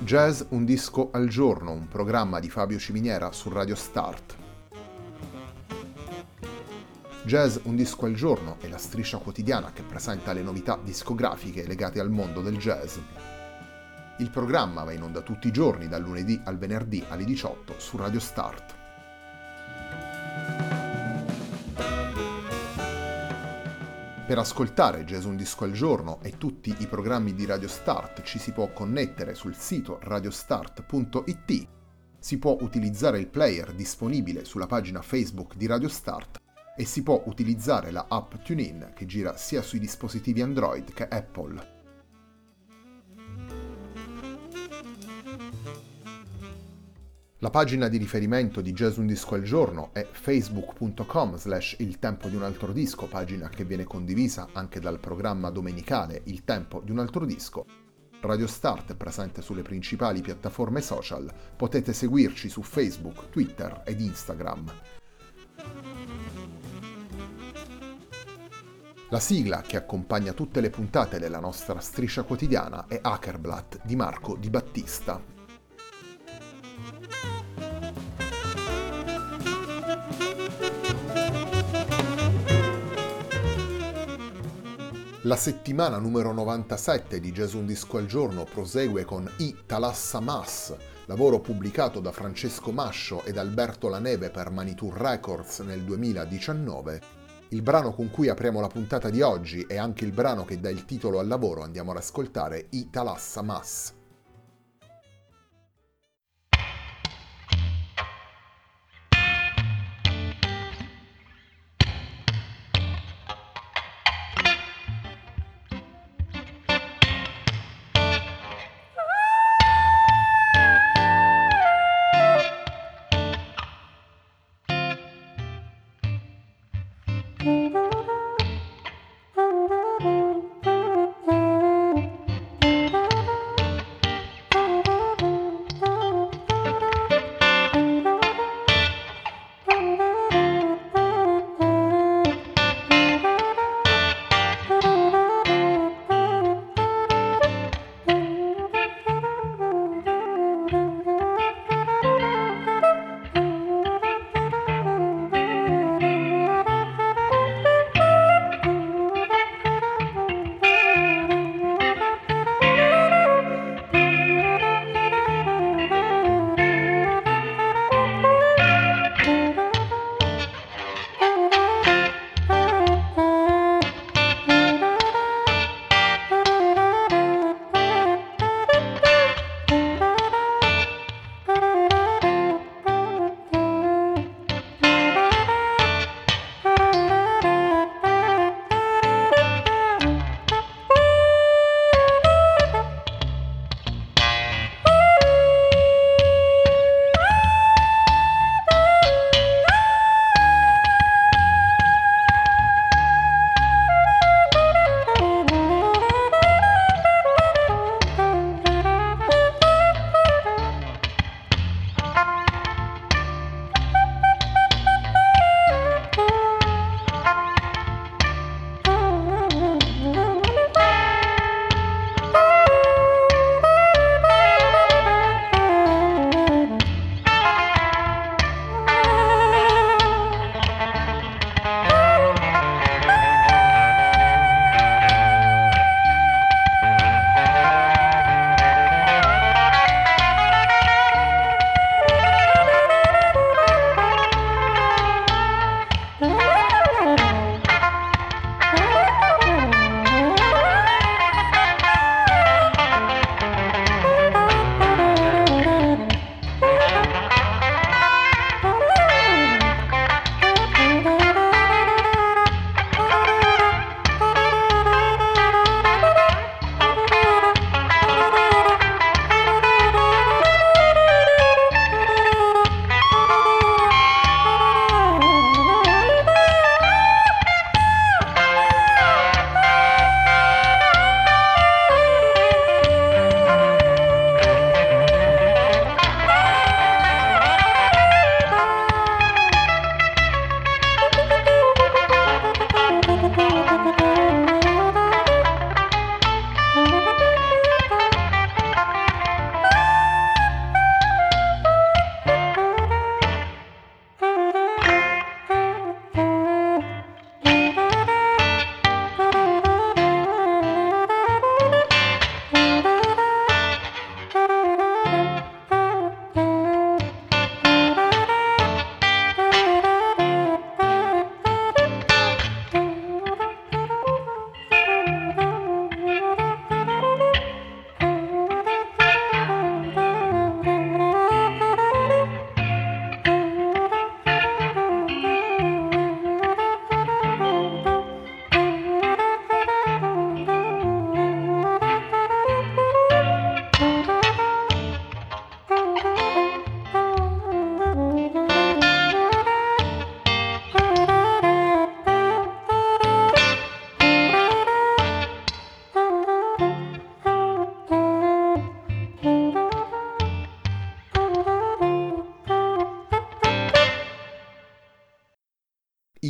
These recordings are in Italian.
Jazz un disco al giorno, un programma di Fabio Ciminiera su Radio Start. Jazz un disco al giorno è la striscia quotidiana che presenta le novità discografiche legate al mondo del jazz. Il programma va in onda tutti i giorni dal lunedì al venerdì alle 18 su Radio Start. Per ascoltare Jazz un disco al giorno e tutti i programmi di Radio Start ci si può connettere sul sito radiostart.it, si può utilizzare il player disponibile sulla pagina Facebook di Radio Start e si può utilizzare la app TuneIn che gira sia sui dispositivi Android che Apple. La pagina di riferimento di Jazz un disco al giorno è facebook.com/Il tempo di un altro disco, pagina che viene condivisa anche dal programma domenicale Il tempo di un altro disco. Radio Start è presente sulle principali piattaforme social, potete seguirci su Facebook, Twitter ed Instagram. La sigla che accompagna tutte le puntate della nostra striscia quotidiana è Hackerblatt di Marco Di Battista. La settimana numero 97 di Jazz un disco al giorno prosegue con I Thalassa Mas, lavoro pubblicato da Francesco Mascio ed Alberto Laneve per Manitou Records nel 2019. Il brano con cui apriamo la puntata di oggi è anche il brano che dà il titolo al lavoro. Andiamo ad ascoltare I Thalassa Mas.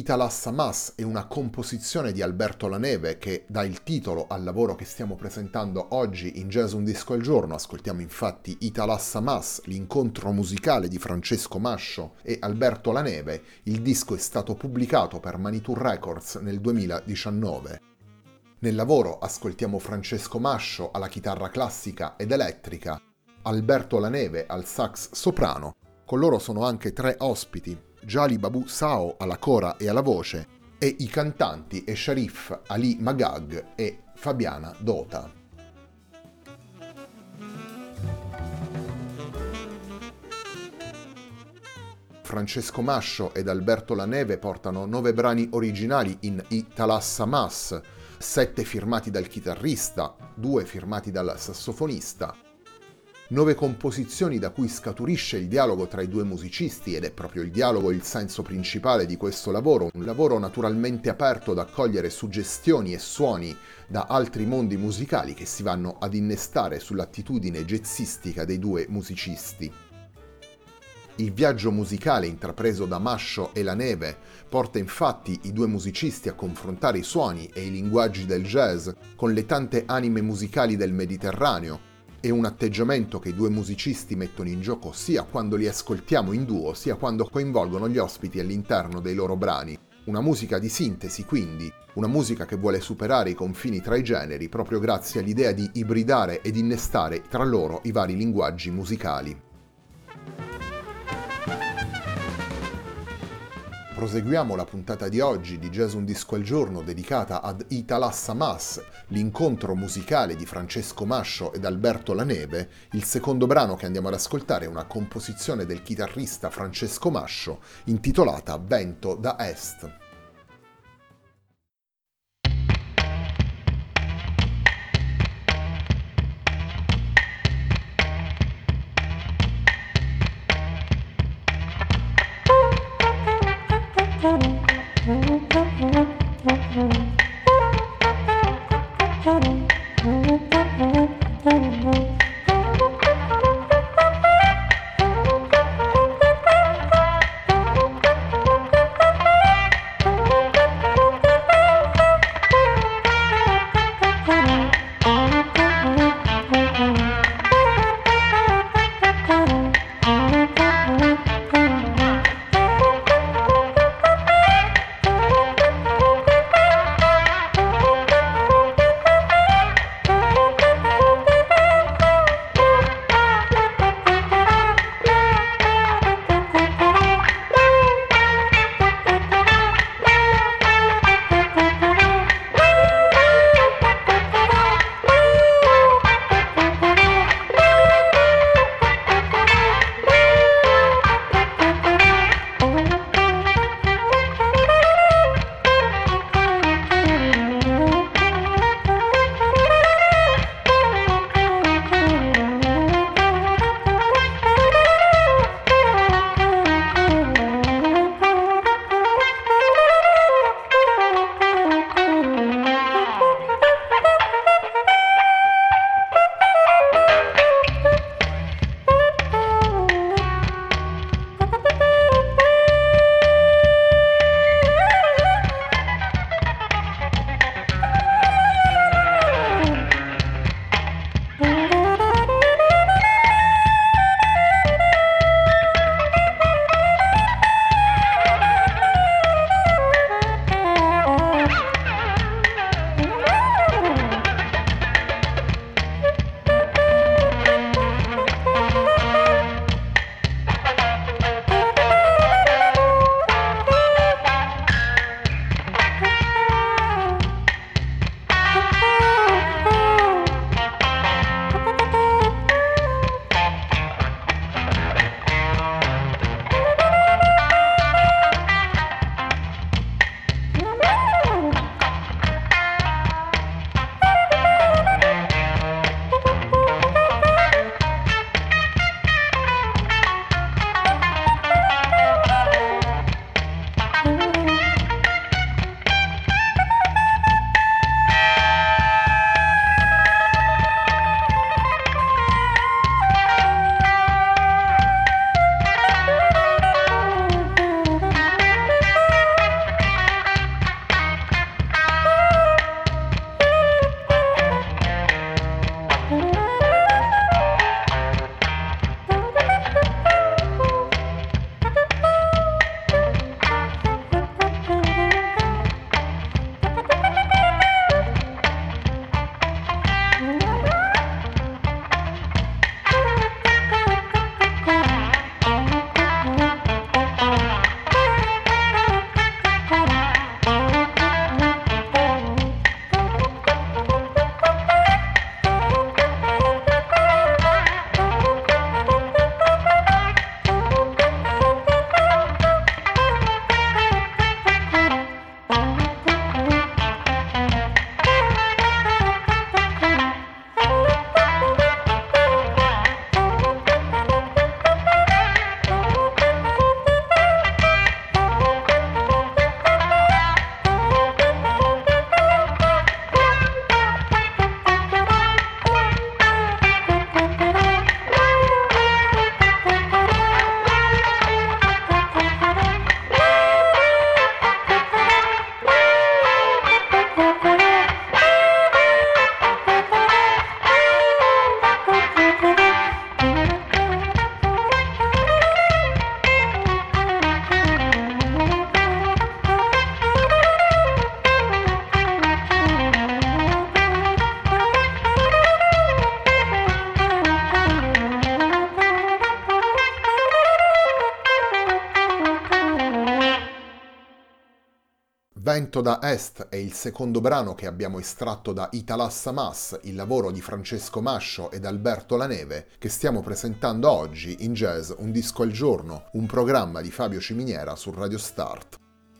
Italassa Mas è una composizione di Alberto Laneve che dà il titolo al lavoro che stiamo presentando oggi in Jazz Un Disco al Giorno. Ascoltiamo infatti Italassa Mas, l'incontro musicale di Francesco Mascio e Alberto Laneve. Il disco è stato pubblicato per Manitou Records nel 2019. Nel lavoro ascoltiamo Francesco Mascio alla chitarra classica ed elettrica, Alberto Laneve al sax soprano. Con loro sono anche 3 ospiti, Jali Babu Sao alla cora e alla voce, e i cantanti e Sharif Ali Magag e Fabiana Dota. Francesco Mascio ed Alberto Laneve portano 9 brani originali in Italassa Mas, 7 firmati dal chitarrista, 2 firmati dal sassofonista. 9 composizioni da cui scaturisce il dialogo tra i 2 musicisti, ed è proprio il dialogo il senso principale di questo lavoro, un lavoro naturalmente aperto ad accogliere suggestioni e suoni da altri mondi musicali che si vanno ad innestare sull'attitudine jazzistica dei 2 musicisti. Il viaggio musicale intrapreso da Mascio e Laneve porta infatti i 2 musicisti a confrontare i suoni e i linguaggi del jazz con le tante anime musicali del Mediterraneo. È un atteggiamento che i 2 musicisti mettono in gioco sia quando li ascoltiamo in duo, sia quando coinvolgono gli ospiti all'interno dei loro brani. Una musica di sintesi, quindi, una musica che vuole superare i confini tra i generi proprio grazie all'idea di ibridare ed innestare tra loro i vari linguaggi musicali. Proseguiamo la puntata di oggi di Jazz Un Disco al Giorno dedicata ad Italassa Mas, l'incontro musicale di Francesco Mascio ed Alberto Laneve. Il secondo brano che andiamo ad ascoltare è una composizione del chitarrista Francesco Mascio intitolata Vento da Est. Vento da Est è il secondo brano che abbiamo estratto da I Thalassa Mas, il lavoro di Francesco Mascio ed Alberto Laneve, che stiamo presentando oggi in Jazz Un disco al giorno, un programma di Fabio Ciminiera su Radio Start.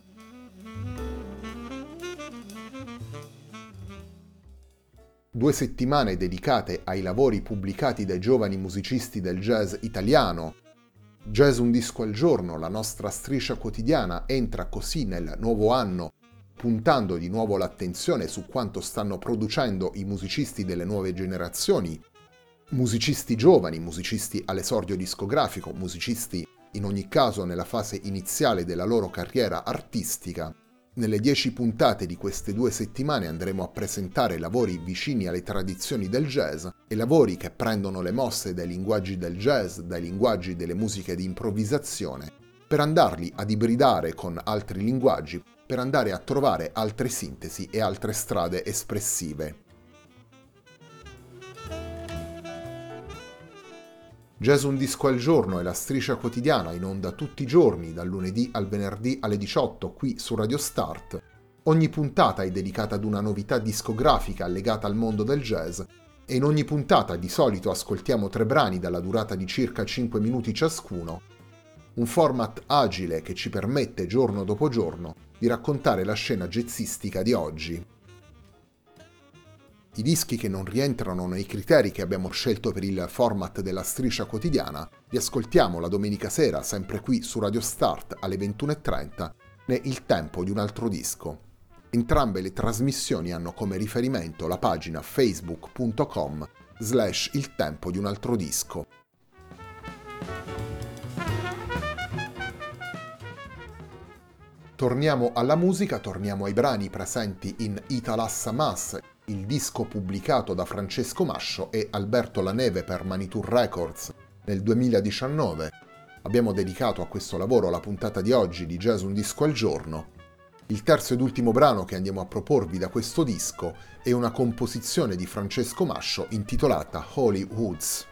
Due settimane dedicate ai lavori pubblicati dai giovani musicisti del jazz italiano. Jazz Un disco al giorno, la nostra striscia quotidiana, entra così nel nuovo anno, puntando di nuovo l'attenzione su quanto stanno producendo i musicisti delle nuove generazioni, musicisti giovani, musicisti all'esordio discografico, musicisti in ogni caso nella fase iniziale della loro carriera artistica. Nelle 10 puntate di queste 2 settimane andremo a presentare lavori vicini alle tradizioni del jazz e lavori che prendono le mosse dai linguaggi del jazz, dai linguaggi delle musiche di improvvisazione, per andarli ad ibridare con altri linguaggi, per andare a trovare altre sintesi e altre strade espressive. Jazz Un disco al giorno è la striscia quotidiana in onda tutti i giorni, dal lunedì al venerdì alle 18 qui su Radio Start. Ogni puntata è dedicata ad una novità discografica legata al mondo del jazz e in ogni puntata di solito ascoltiamo 3 brani dalla durata di circa 5 minuti ciascuno. Un format agile che ci permette giorno dopo giorno di raccontare la scena jazzistica di oggi. I dischi che non rientrano nei criteri che abbiamo scelto per il format della striscia quotidiana li ascoltiamo la domenica sera, sempre qui su Radio Start alle 21:30, ne Il tempo di un altro disco. Entrambe le trasmissioni hanno come riferimento la pagina facebook.com/Il tempo di un altro disco. Torniamo alla musica, torniamo ai brani presenti in I Thalassa Mas, il disco pubblicato da Francesco Mascio e Alberto Laneve per Manitou Records nel 2019. Abbiamo dedicato a questo lavoro la puntata di oggi di Jazz Un disco al giorno. Il terzo ed ultimo brano che andiamo a proporvi da questo disco è una composizione di Francesco Mascio intitolata Holy Woods.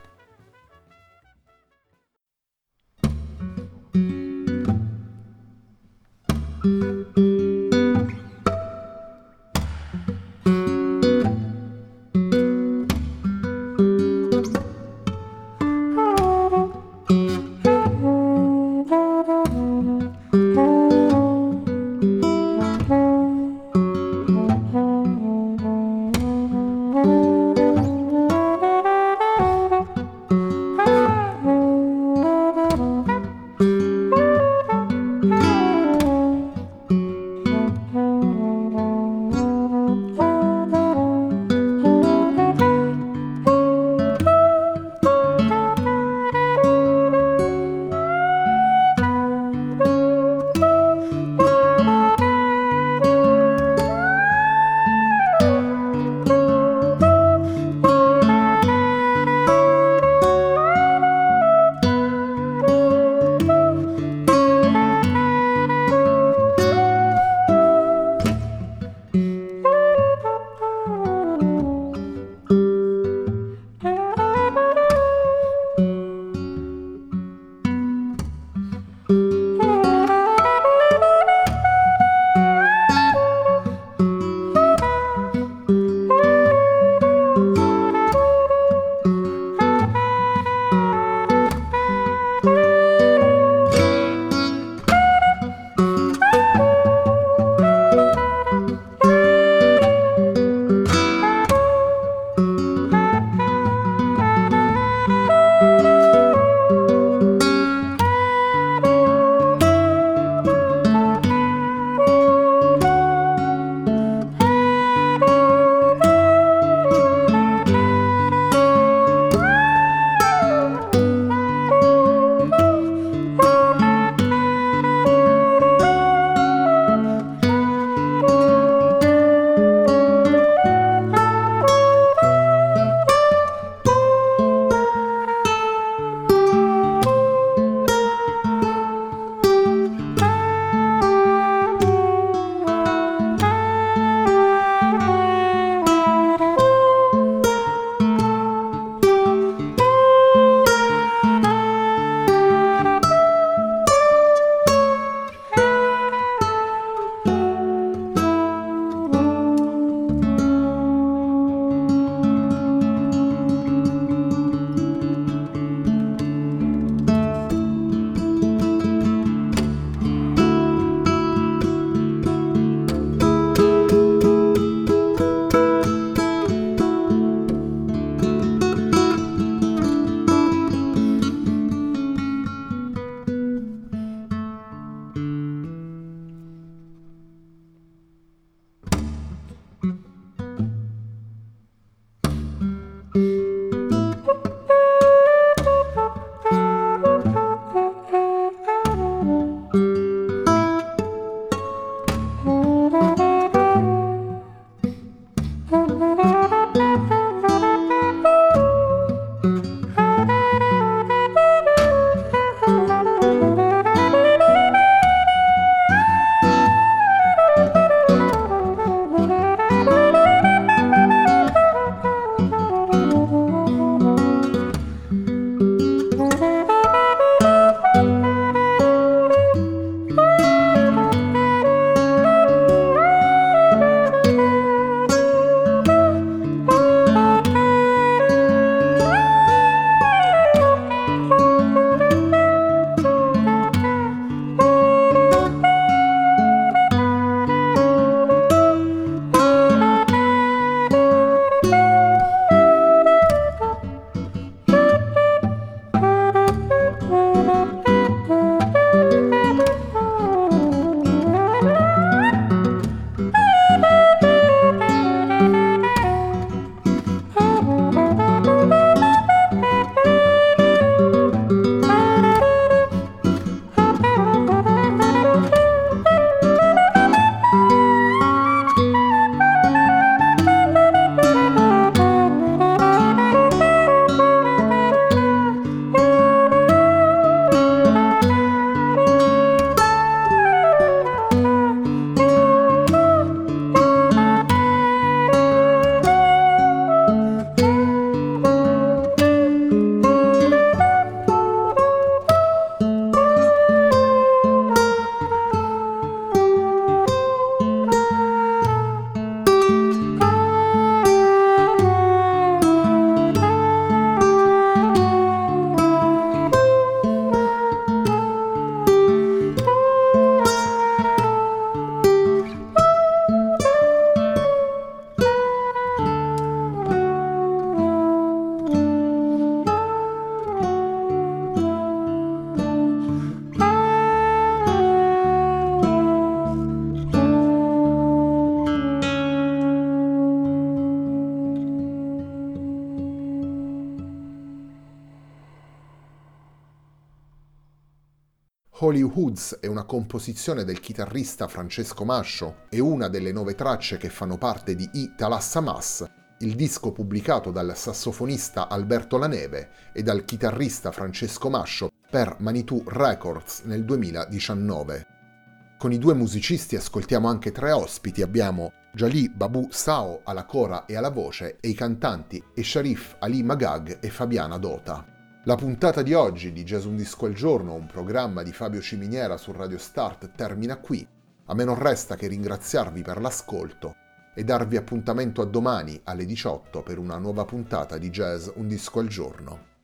Holy Hoods è una composizione del chitarrista Francesco Mascio e una delle 9 tracce che fanno parte di I Thalassa Mas, il disco pubblicato dal sassofonista Alberto Laneve e dal chitarrista Francesco Mascio per Manitou Records nel 2019. Con i due musicisti ascoltiamo anche 3 ospiti, abbiamo Jalih Babu Sao alla cora e alla voce e i cantanti Sharif Ali Magag e Fabiana Dota. La puntata di oggi di Jazz Un Disco al Giorno, un programma di Fabio Ciminiera su Radio Start, termina qui. A me non resta che ringraziarvi per l'ascolto e darvi appuntamento a domani alle 18 per una nuova puntata di Jazz Un Disco al Giorno.